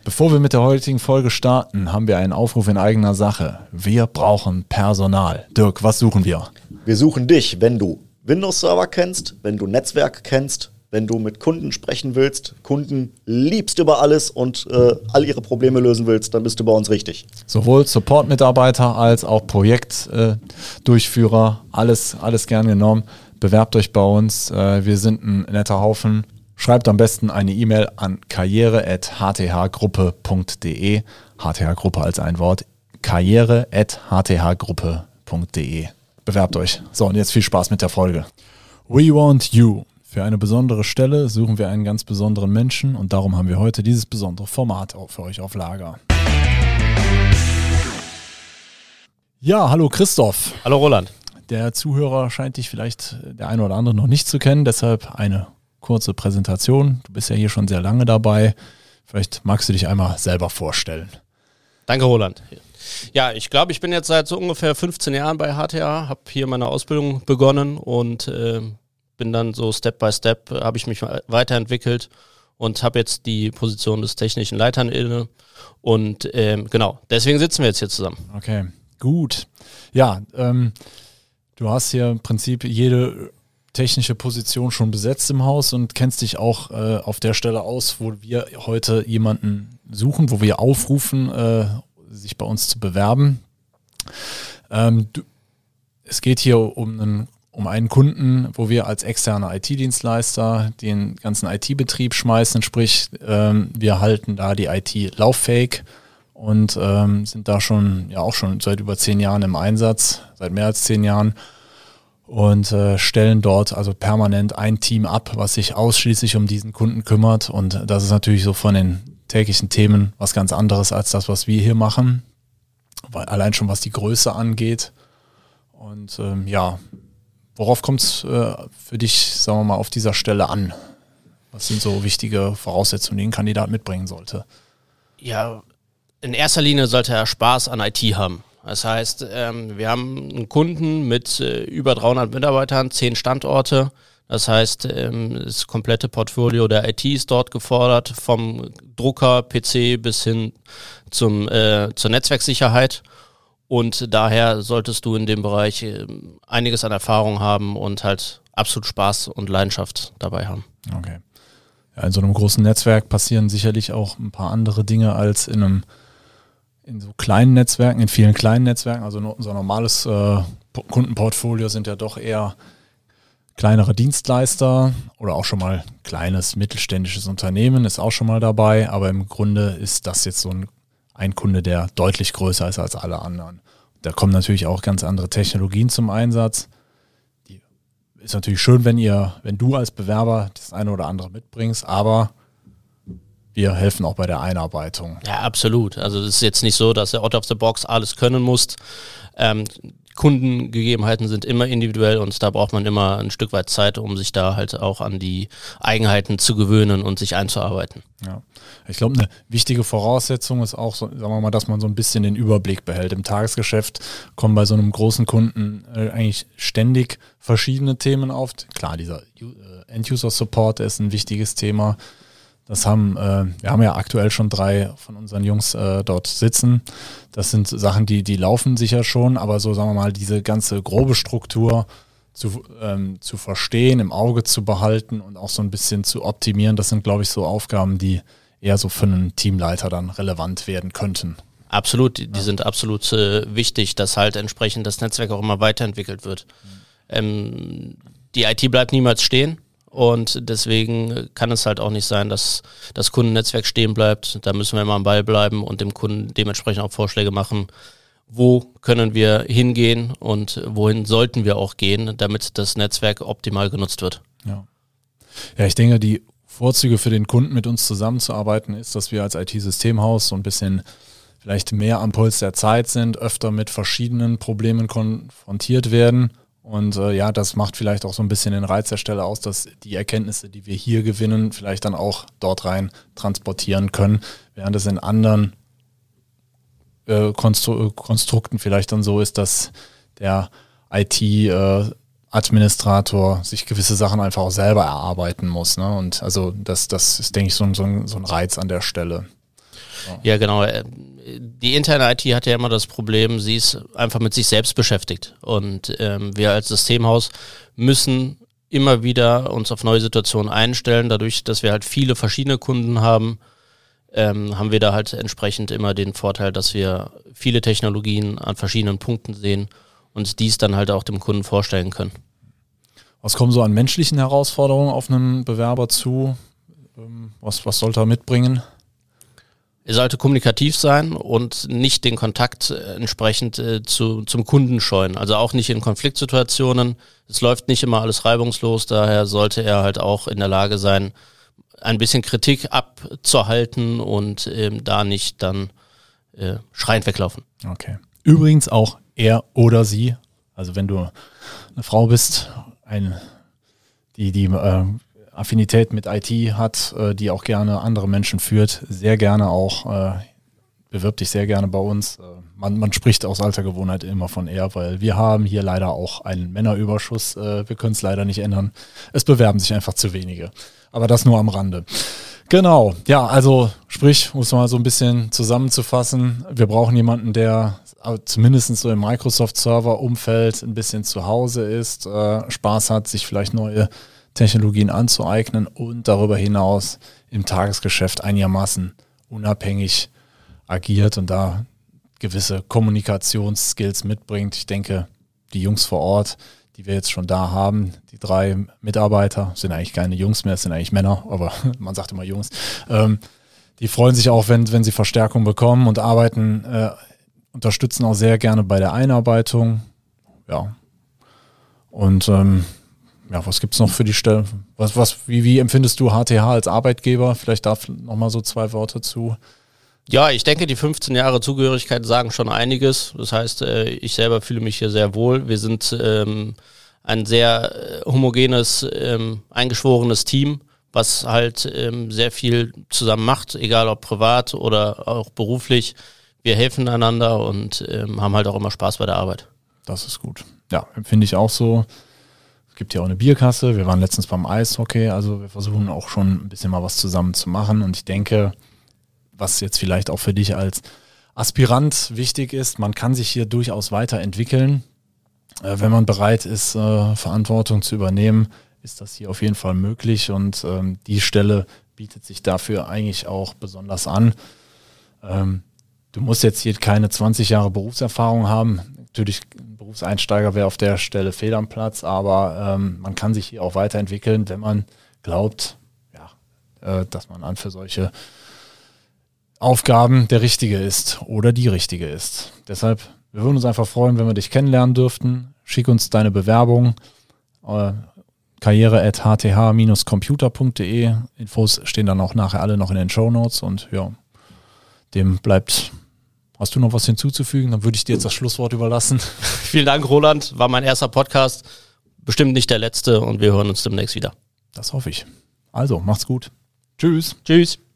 Bevor wir mit der heutigen Folge starten, haben wir einen Aufruf in eigener Sache. Wir brauchen Personal. Dirk, was suchen wir? Wir suchen dich, wenn du Windows-Server kennst, wenn du Netzwerk kennst, wenn du mit Kunden sprechen willst, Kunden liebst über alles und all ihre Probleme lösen willst, dann bist du bei uns richtig. Sowohl Support-Mitarbeiter als auch Projektdurchführer, alles gern genommen. Bewerbt euch bei uns, wir sind ein netter Haufen. Schreibt am besten eine E-Mail an karriere@hthgruppe.de. HTH-Gruppe als ein Wort. karriere@hthgruppe.de. Bewerbt euch. So, und jetzt viel Spaß mit der Folge. We want you. Für eine besondere Stelle suchen wir einen ganz besonderen Menschen und darum haben wir heute dieses besondere Format auch für euch auf Lager. Ja, hallo Christoph. Hallo Roland. Der Zuhörer scheint dich vielleicht der eine oder andere noch nicht zu kennen, deshalb eine kurze Präsentation. Du bist ja hier schon sehr lange dabei. Vielleicht magst du dich einmal selber vorstellen. Danke Roland. Ja, ich glaube, ich bin jetzt seit so ungefähr 15 Jahren bei HTA, habe hier meine Ausbildung begonnen und bin dann so Step by Step, habe ich mich weiterentwickelt und habe jetzt die Position des technischen Leiters inne und genau, deswegen sitzen wir jetzt hier zusammen. Okay, gut. Ja, du hast hier im Prinzip jede technische Position schon besetzt im Haus und kennst dich auch auf der Stelle aus, wo wir heute jemanden suchen, wo wir aufrufen, sich bei uns zu bewerben. Es geht hier um einen Kunden, wo wir als externer IT-Dienstleister den ganzen IT-Betrieb schmeißen, sprich wir halten da die IT lauffähig und sind da schon seit über 10 Jahren im Einsatz, seit mehr als 10 Jahren und stellen dort also permanent ein Team ab, was sich ausschließlich um diesen Kunden kümmert und das ist natürlich so von den täglichen Themen was ganz anderes als das, was wir hier machen, weil allein schon was die Größe angeht und worauf kommt es für dich, sagen wir mal, auf dieser Stelle an? Was sind so wichtige Voraussetzungen, die ein Kandidat mitbringen sollte? Ja, in erster Linie sollte er Spaß an IT haben. Das heißt, wir haben einen Kunden mit über 300 Mitarbeitern, 10 Standorte. Das heißt, das komplette Portfolio der IT ist dort gefordert, vom Drucker, PC bis hin zur Netzwerksicherheit. Und daher solltest du in dem Bereich einiges an Erfahrung haben und halt absolut Spaß und Leidenschaft dabei haben. Okay. Ja, in so einem großen Netzwerk passieren sicherlich auch ein paar andere Dinge als in so kleinen Netzwerken, in vielen kleinen Netzwerken. Also unser normales Kundenportfolio sind ja doch eher kleinere Dienstleister oder auch schon mal kleines mittelständisches Unternehmen ist auch schon mal dabei. Aber im Grunde ist das jetzt so ein Kunde, der deutlich größer ist als alle anderen. Da kommen natürlich auch ganz andere Technologien zum Einsatz. Die ist natürlich schön, wenn du als Bewerber das eine oder andere mitbringst, aber wir helfen auch bei der Einarbeitung. Ja, absolut. Also es ist jetzt nicht so, dass du out of the box alles können musst. Kundengegebenheiten sind immer individuell und da braucht man immer ein Stück weit Zeit, um sich da halt auch an die Eigenheiten zu gewöhnen und sich einzuarbeiten. Ja, ich glaube, eine wichtige Voraussetzung ist auch, sagen wir mal, dass man so ein bisschen den Überblick behält. Im Tagesgeschäft kommen bei so einem großen Kunden eigentlich ständig verschiedene Themen auf. Klar, dieser End-User-Support ist ein wichtiges Thema. Wir haben ja aktuell schon 3 von unseren Jungs dort sitzen. Das sind Sachen, die laufen sicher schon, aber so sagen wir mal, diese ganze grobe Struktur zu verstehen, im Auge zu behalten und auch so ein bisschen zu optimieren, das sind, glaube ich, so Aufgaben, die eher so für einen Teamleiter dann relevant werden könnten. Absolut, die sind absolut wichtig, dass halt entsprechend das Netzwerk auch immer weiterentwickelt wird. Die IT bleibt niemals stehen. Und deswegen kann es halt auch nicht sein, dass das Kundennetzwerk stehen bleibt. Da müssen wir immer am Ball bleiben und dem Kunden dementsprechend auch Vorschläge machen, wo können wir hingehen und wohin sollten wir auch gehen, damit das Netzwerk optimal genutzt wird. Ja, ich denke, die Vorzüge für den Kunden, mit uns zusammenzuarbeiten, ist, dass wir als IT-Systemhaus so ein bisschen vielleicht mehr am Puls der Zeit sind, öfter mit verschiedenen Problemen konfrontiert werden. Und das macht vielleicht auch so ein bisschen den Reiz der Stelle aus, dass die Erkenntnisse, die wir hier gewinnen, vielleicht dann auch dort rein transportieren können, während es in anderen Konstrukten vielleicht dann so ist, dass der IT-Administrator sich gewisse Sachen einfach auch selber erarbeiten muss. Ne? Und also das ist, denke ich, so ein Reiz an der Stelle. Ja, genau. Die interne IT hat ja immer das Problem, sie ist einfach mit sich selbst beschäftigt. Und wir als Systemhaus müssen immer wieder uns auf neue Situationen einstellen. Dadurch, dass wir halt viele verschiedene Kunden haben, haben wir da halt entsprechend immer den Vorteil, dass wir viele Technologien an verschiedenen Punkten sehen und dies dann halt auch dem Kunden vorstellen können. Was kommen so an menschlichen Herausforderungen auf einen Bewerber zu? Was sollte er mitbringen? Er sollte kommunikativ sein und nicht den Kontakt entsprechend zum Kunden scheuen. Also auch nicht in Konfliktsituationen. Es läuft nicht immer alles reibungslos, daher sollte er halt auch in der Lage sein, ein bisschen Kritik abzuhalten und da nicht dann schreiend weglaufen. Okay. Übrigens auch er oder sie, also wenn du eine Frau bist, die Affinität mit IT hat, die auch gerne andere Menschen führt, sehr gerne auch, bewirb dich sehr gerne bei uns. Man spricht aus alter Gewohnheit immer von er, weil wir haben hier leider auch einen Männerüberschuss. Wir können es leider nicht ändern. Es bewerben sich einfach zu wenige. Aber das nur am Rande. Genau, ja, also sprich, um es mal so ein bisschen zusammenzufassen, wir brauchen jemanden, der zumindest so im Microsoft-Server-Umfeld ein bisschen zu Hause ist, Spaß hat, sich vielleicht neue Technologien anzueignen und darüber hinaus im Tagesgeschäft einigermaßen unabhängig agiert und da gewisse Kommunikationsskills mitbringt. Ich denke, die Jungs vor Ort, die wir jetzt schon da haben, die 3 Mitarbeiter, sind eigentlich keine Jungs mehr, es sind eigentlich Männer, aber man sagt immer Jungs, die freuen sich auch, wenn sie Verstärkung bekommen und unterstützen auch sehr gerne bei der Einarbeitung. Ja. Und was gibt es noch für die Stelle? Wie empfindest du HTH als Arbeitgeber? Vielleicht da nochmal so 2 Worte zu. Ja, ich denke, die 15 Jahre Zugehörigkeit sagen schon einiges. Das heißt, ich selber fühle mich hier sehr wohl. Wir sind ein sehr homogenes, eingeschworenes Team, was halt sehr viel zusammen macht, egal ob privat oder auch beruflich. Wir helfen einander und haben halt auch immer Spaß bei der Arbeit. Das ist gut. Ja, empfinde ich auch so. Es gibt ja auch eine Bierkasse. Wir waren letztens beim Eishockey, also wir versuchen auch schon ein bisschen mal was zusammen zu machen. Und ich denke, was jetzt vielleicht auch für dich als Aspirant wichtig ist, man kann sich hier durchaus weiterentwickeln. Wenn man bereit ist, Verantwortung zu übernehmen, ist das hier auf jeden Fall möglich und die Stelle bietet sich dafür eigentlich auch besonders an. Du musst jetzt hier keine 20 Jahre Berufserfahrung haben. Natürlich, ein Berufseinsteiger wäre auf der Stelle fehl am Platz, aber man kann sich hier auch weiterentwickeln, wenn man glaubt, dass man für solche Aufgaben der Richtige ist oder die Richtige ist. Deshalb, wir würden uns einfach freuen, wenn wir dich kennenlernen dürften. Schick uns deine Bewerbung. karriere@hth-computer.de. Infos stehen dann auch nachher alle noch in den Shownotes und ja, dem bleibt. Hast du noch was hinzuzufügen? Dann würde ich dir jetzt das Schlusswort überlassen. Vielen Dank, Roland. War mein erster Podcast. Bestimmt nicht der letzte und wir hören uns demnächst wieder. Das hoffe ich. Also, macht's gut. Tschüss. Tschüss.